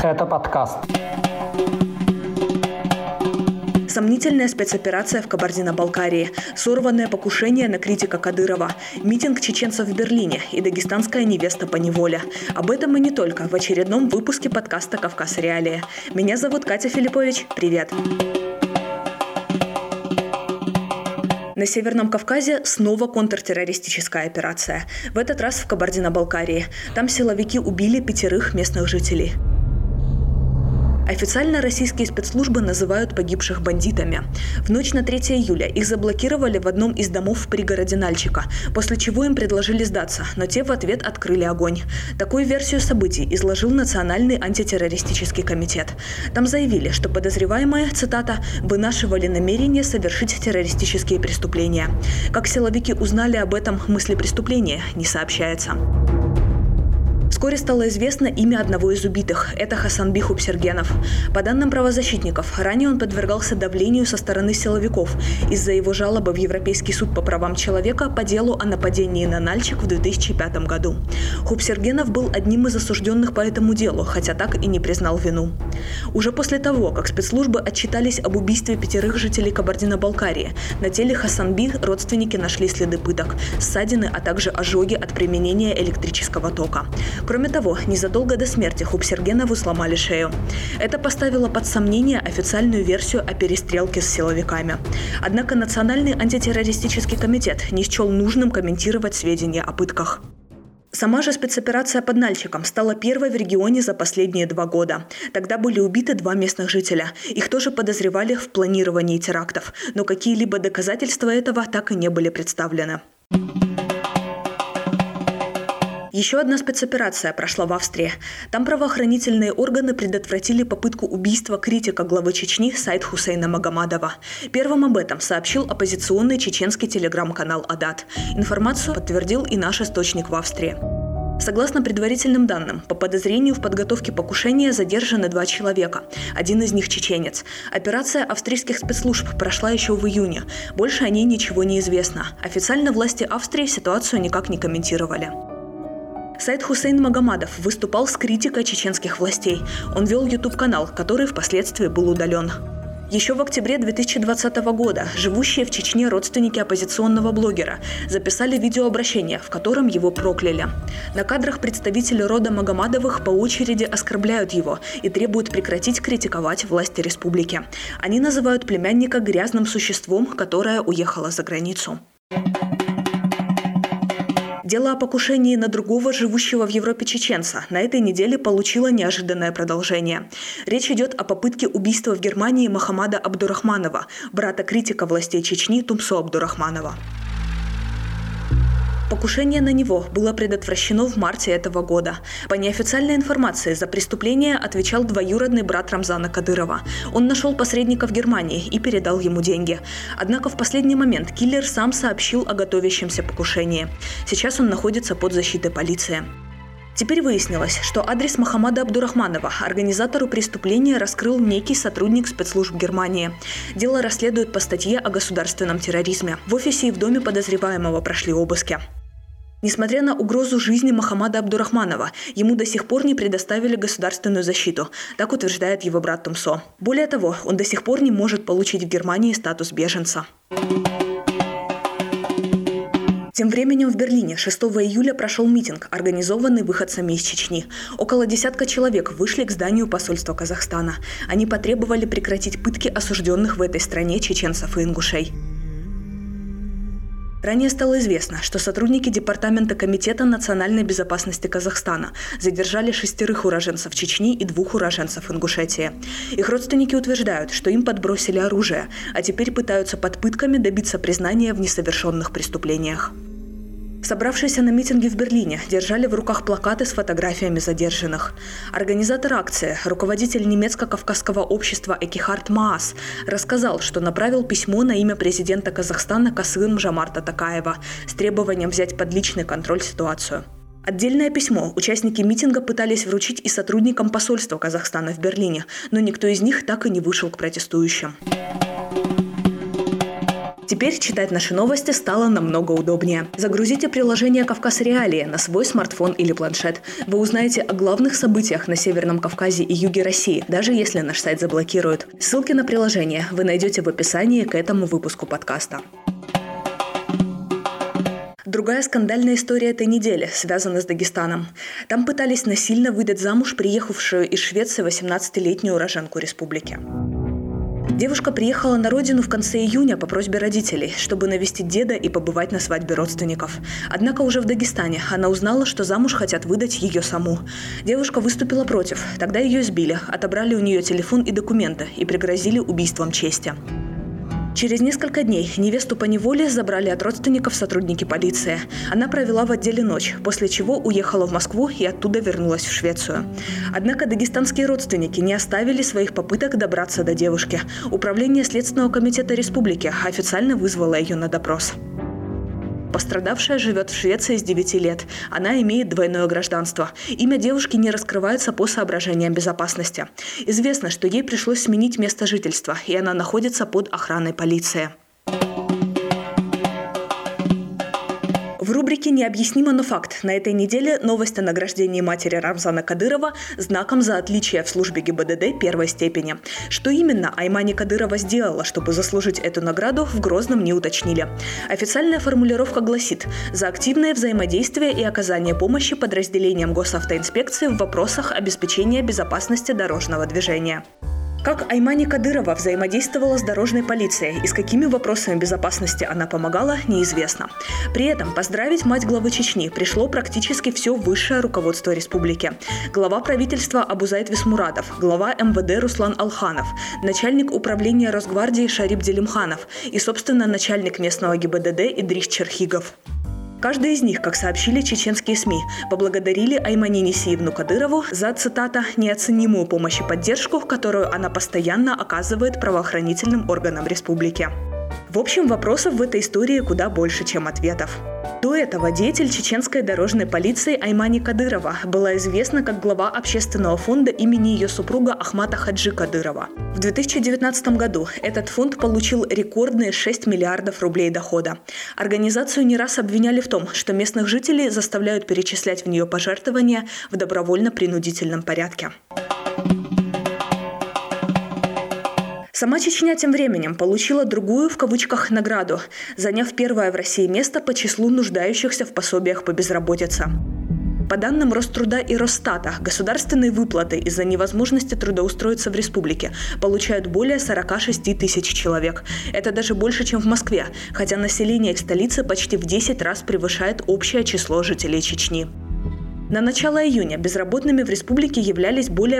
Это подкаст. Сомнительная спецоперация в Кабардино-Балкарии, сорванное покушение на критика Кадырова, митинг чеченцев в Берлине и дагестанская невеста по неволе. Об этом и не только в очередном выпуске подкаста «Кавказ. Реалии». Меня зовут Катя Филиппович. Привет! На Северном Кавказе снова контртеррористическая операция. В этот раз в Кабардино-Балкарии. Там силовики убили 5 местных жителей. Официально российские спецслужбы называют погибших бандитами. В ночь на 3 июля их заблокировали в одном из домов в пригороде Нальчика, после чего им предложили сдаться, но те в ответ открыли огонь. Такую версию событий изложил Национальный антитеррористический комитет. Там заявили, что подозреваемые, цитата, «вынашивали намерение совершить террористические преступления». Как силовики узнали об этом мысли преступления, не сообщается. Вскоре стало известно имя одного из убитых – это Хасанби Хупсергенов. По данным правозащитников, ранее он подвергался давлению со стороны силовиков из-за его жалобы в Европейский суд по правам человека по делу о нападении на Нальчик в 2005 году. Хупсергенов был одним из осужденных по этому делу, хотя так и не признал вину. Уже после того, как спецслужбы отчитались об убийстве 5 жителей Кабардино-Балкарии, на теле Хасанби родственники нашли следы пыток, ссадины, а также ожоги от применения электрического тока. Кроме того, незадолго до смерти Хупсергенову сломали шею. Это поставило под сомнение официальную версию о перестрелке с силовиками. Однако Национальный антитеррористический комитет не счел нужным комментировать сведения о пытках. Сама же спецоперация под Нальчиком стала первой в регионе за последние 2 года. Тогда были убиты 2 местных жителя. Их тоже подозревали в планировании терактов, но какие-либо доказательства этого так и не были представлены. Еще одна спецоперация прошла в Австрии. Там правоохранительные органы предотвратили попытку убийства критика главы Чечни Сайд Хусейна Магомадова. Первым об этом сообщил оппозиционный чеченский телеграм-канал «Адат». Информацию подтвердил и наш источник в Австрии. Согласно предварительным данным, по подозрению в подготовке покушения задержаны 2 человека. Один из них чеченец. Операция австрийских спецслужб прошла еще в июне. Больше о ней ничего не известно. Официально власти Австрии ситуацию никак не комментировали. Сайд Хусейн Магомадов выступал с критикой чеченских властей. Он вел YouTube-канал, который впоследствии был удален. Еще в октябре 2020 года живущие в Чечне родственники оппозиционного блогера записали видеообращение, в котором его прокляли. На кадрах представители рода Магомадовых по очереди оскорбляют его и требуют прекратить критиковать власти республики. Они называют племянника грязным существом, которое уехало за границу. Дело о покушении на другого живущего в Европе чеченца на этой неделе получило неожиданное продолжение. Речь идет о попытке убийства в Германии Мохаммада Абдурахманова, брата критика властей Чечни Тумсо Абдурахманова. Покушение на него было предотвращено в марте этого года. По неофициальной информации, за преступление отвечал двоюродный брат Рамзана Кадырова. Он нашел посредника в Германии и передал ему деньги. Однако в последний момент киллер сам сообщил о готовящемся покушении. Сейчас он находится под защитой полиции. Теперь выяснилось, что адрес Мохаммада Абдурахманова организатору преступления раскрыл некий сотрудник спецслужб Германии. Дело расследуют по статье о государственном терроризме. В офисе и в доме подозреваемого прошли обыски. Несмотря на угрозу жизни Мохаммада Абдурахманова, ему до сих пор не предоставили государственную защиту, так утверждает его брат Тумсо. Более того, он до сих пор не может получить в Германии статус беженца. Тем временем в Берлине 6 июля прошел митинг, организованный выходцами из Чечни. Около 10 человек вышли к зданию посольства Казахстана. Они потребовали прекратить пытки осужденных в этой стране чеченцев и ингушей. Ранее стало известно, что сотрудники Департамента Комитета национальной безопасности Казахстана задержали 6 уроженцев Чечни и 2 уроженцев Ингушетии. Их родственники утверждают, что им подбросили оружие, а теперь пытаются под пытками добиться признания в несовершенных преступлениях. Собравшиеся на митинге в Берлине держали в руках плакаты с фотографиями задержанных. Организатор акции, руководитель немецко-кавказского общества Экихард Маас, рассказал, что направил письмо на имя президента Казахстана Касым-Жомарта Токаева с требованием взять под личный контроль ситуацию. Отдельное письмо участники митинга пытались вручить и сотрудникам посольства Казахстана в Берлине, но никто из них так и не вышел к протестующим. Теперь читать наши новости стало намного удобнее. Загрузите приложение «Кавказ Реалии» на свой смартфон или планшет. Вы узнаете о главных событиях на Северном Кавказе и юге России, даже если наш сайт заблокируют. Ссылки на приложение вы найдете в описании к этому выпуску подкаста. Другая скандальная история этой недели связана с Дагестаном. Там пытались насильно выдать замуж приехавшую из Швеции 18-летнюю уроженку республики. Девушка приехала на родину в конце июня по просьбе родителей, чтобы навестить деда и побывать на свадьбе родственников. Однако уже в Дагестане она узнала, что замуж хотят выдать ее саму. Девушка выступила против. Тогда ее избили, отобрали у нее телефон и документы и пригрозили убийством чести. Через несколько дней невесту поневоле забрали от родственников сотрудники полиции. Она провела в отделе ночь, после чего уехала в Москву и оттуда вернулась в Швецию. Однако дагестанские родственники не оставили своих попыток добраться до девушки. Управление Следственного комитета республики официально вызвало ее на допрос. Пострадавшая живет в Швеции с 9 лет. Она имеет двойное гражданство. Имя девушки не раскрывается по соображениям безопасности. Известно, что ей пришлось сменить место жительства, и она находится под охраной полиции. В рубрике «Необъяснимо, но факт» на этой неделе новость о награждении матери Рамзана Кадырова знаком за отличие в службе ГИБДД первой степени. Что именно Аймани Кадырова сделала, чтобы заслужить эту награду, в Грозном не уточнили. Официальная формулировка гласит: за активное взаимодействие и оказание помощи подразделениям госавтоинспекции в вопросах обеспечения безопасности дорожного движения. Как Аймани Кадырова взаимодействовала с дорожной полицией и с какими вопросами безопасности она помогала, неизвестно. При этом поздравить мать главы Чечни пришло практически все высшее руководство республики. Глава правительства Абузайт Висмурадов, глава МВД Руслан Алханов, начальник управления Росгвардии Шарип Делимханов и, собственно, начальник местного ГИБДД Идрис Черхигов. Каждый из них, как сообщили чеченские СМИ, поблагодарили Аймани Несиевну Кадырову за, цитата, «неоценимую помощь и поддержку, которую она постоянно оказывает правоохранительным органам республики». В общем, вопросов в этой истории куда больше, чем ответов. До этого деятель чеченской дорожной полиции Аймани Кадырова была известна как глава общественного фонда имени ее супруга Ахмата Хаджи Кадырова. В 2019 году этот фонд получил рекордные 6 миллиардов рублей дохода. Организацию не раз обвиняли в том, что местных жителей заставляют перечислять в нее пожертвования в добровольно-принудительном порядке. Сама Чечня тем временем получила другую, в кавычках, награду, заняв первое в России место по числу нуждающихся в пособиях по безработице. По данным Роструда и Росстата, государственные выплаты из-за невозможности трудоустроиться в республике получают более 46 тысяч человек. Это даже больше, чем в Москве, хотя население в столице почти в 10 раз превышает общее число жителей Чечни. На начало июня безработными в республике являлись более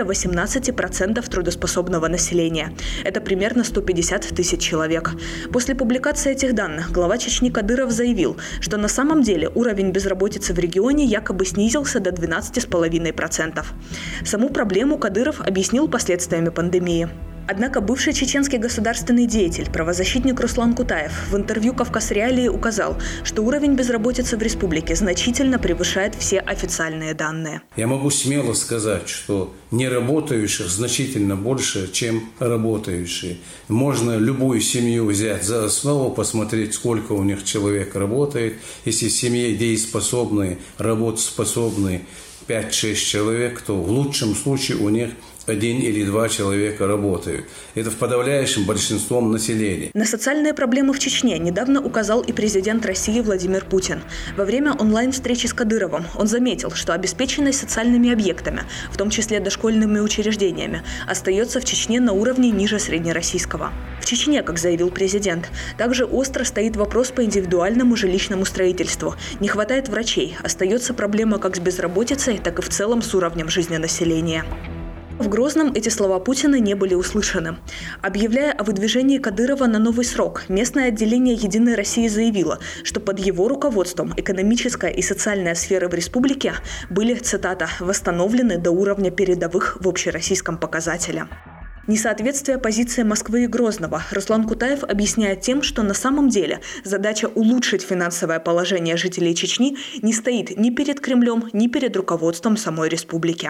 18% трудоспособного населения. Это примерно 150 тысяч человек. После публикации этих данных глава Чечни Кадыров заявил, что на самом деле уровень безработицы в регионе якобы снизился до 12,5%. Саму проблему Кадыров объяснил последствиями пандемии. Однако бывший чеченский государственный деятель, правозащитник Руслан Кутаев в интервью «Кавказ Реалии» указал, что уровень безработицы в республике значительно превышает все официальные данные. Я могу смело сказать, что неработающих значительно больше, чем работающие. Можно любую семью взять за основу, посмотреть, сколько у них человек работает. Если в семье дееспособные, работоспособные 5-6 человек, то в лучшем случае у них 1 или 2 человека работают. Это в подавляющем большинством населения. На социальные проблемы в Чечне недавно указал и президент России Владимир Путин. Во время онлайн-встречи с Кадыровым он заметил, что обеспеченность социальными объектами, в том числе дошкольными учреждениями, остается в Чечне на уровне ниже среднероссийского. В Чечне, как заявил президент, также остро стоит вопрос по индивидуальному жилищному строительству. Не хватает врачей, остается проблема как с безработицей, так и в целом с уровнем жизни населения. В Грозном эти слова Путина не были услышаны. Объявляя о выдвижении Кадырова на новый срок, местное отделение «Единой России» заявило, что под его руководством экономическая и социальная сферы в республике были, цитата, «восстановлены до уровня передовых в общероссийском показателе». Несоответствие позиции Москвы и Грозного Руслан Кутаев объясняет тем, что на самом деле задача улучшить финансовое положение жителей Чечни не стоит ни перед Кремлем, ни перед руководством самой республики.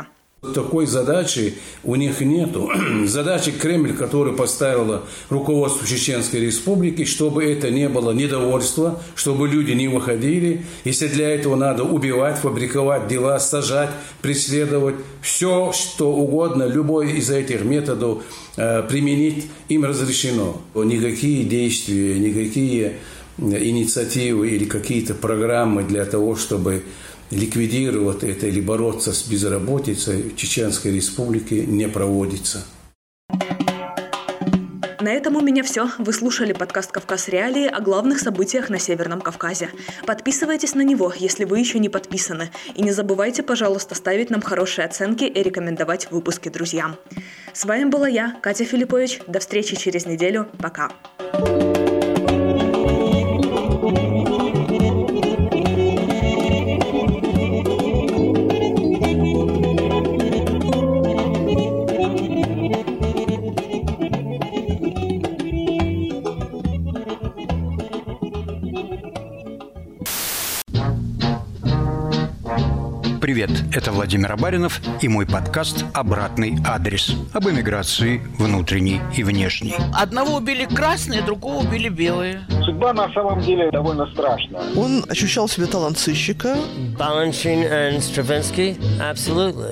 Такой задачи у них нету. Задачи Кремль, которую поставило руководство Чеченской Республики, чтобы это не было недовольство, чтобы люди не выходили. Если для этого надо убивать, фабриковать дела, сажать, преследовать, все, что угодно, любой из этих методов применить им разрешено. Никакие действия, никакие инициативы или какие-то программы для того, чтобы ликвидировать это или бороться с безработицей в Чеченской Республике не проводится. На этом у меня все. Вы слушали подкаст «Кавказ Реалии» о главных событиях на Северном Кавказе. Подписывайтесь на него, если вы еще не подписаны. И не забывайте, пожалуйста, ставить нам хорошие оценки и рекомендовать выпуски друзьям. С вами была я, Катя Филиппович. До встречи через неделю. Пока. Привет, это Владимир Абаринов и мой подкаст «Обратный адрес» об эмиграции внутренней и внешней. Одного убили красные, другого убили белые. Судьба на самом деле довольно страшная. Он ощущал себя талант сыщика. Balanchine and Stravinsky, absolutely.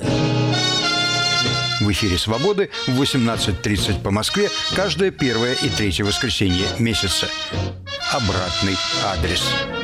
В эфире «Свободы» в 18:30 по Москве каждое первое и третье воскресенье месяца. «Обратный адрес».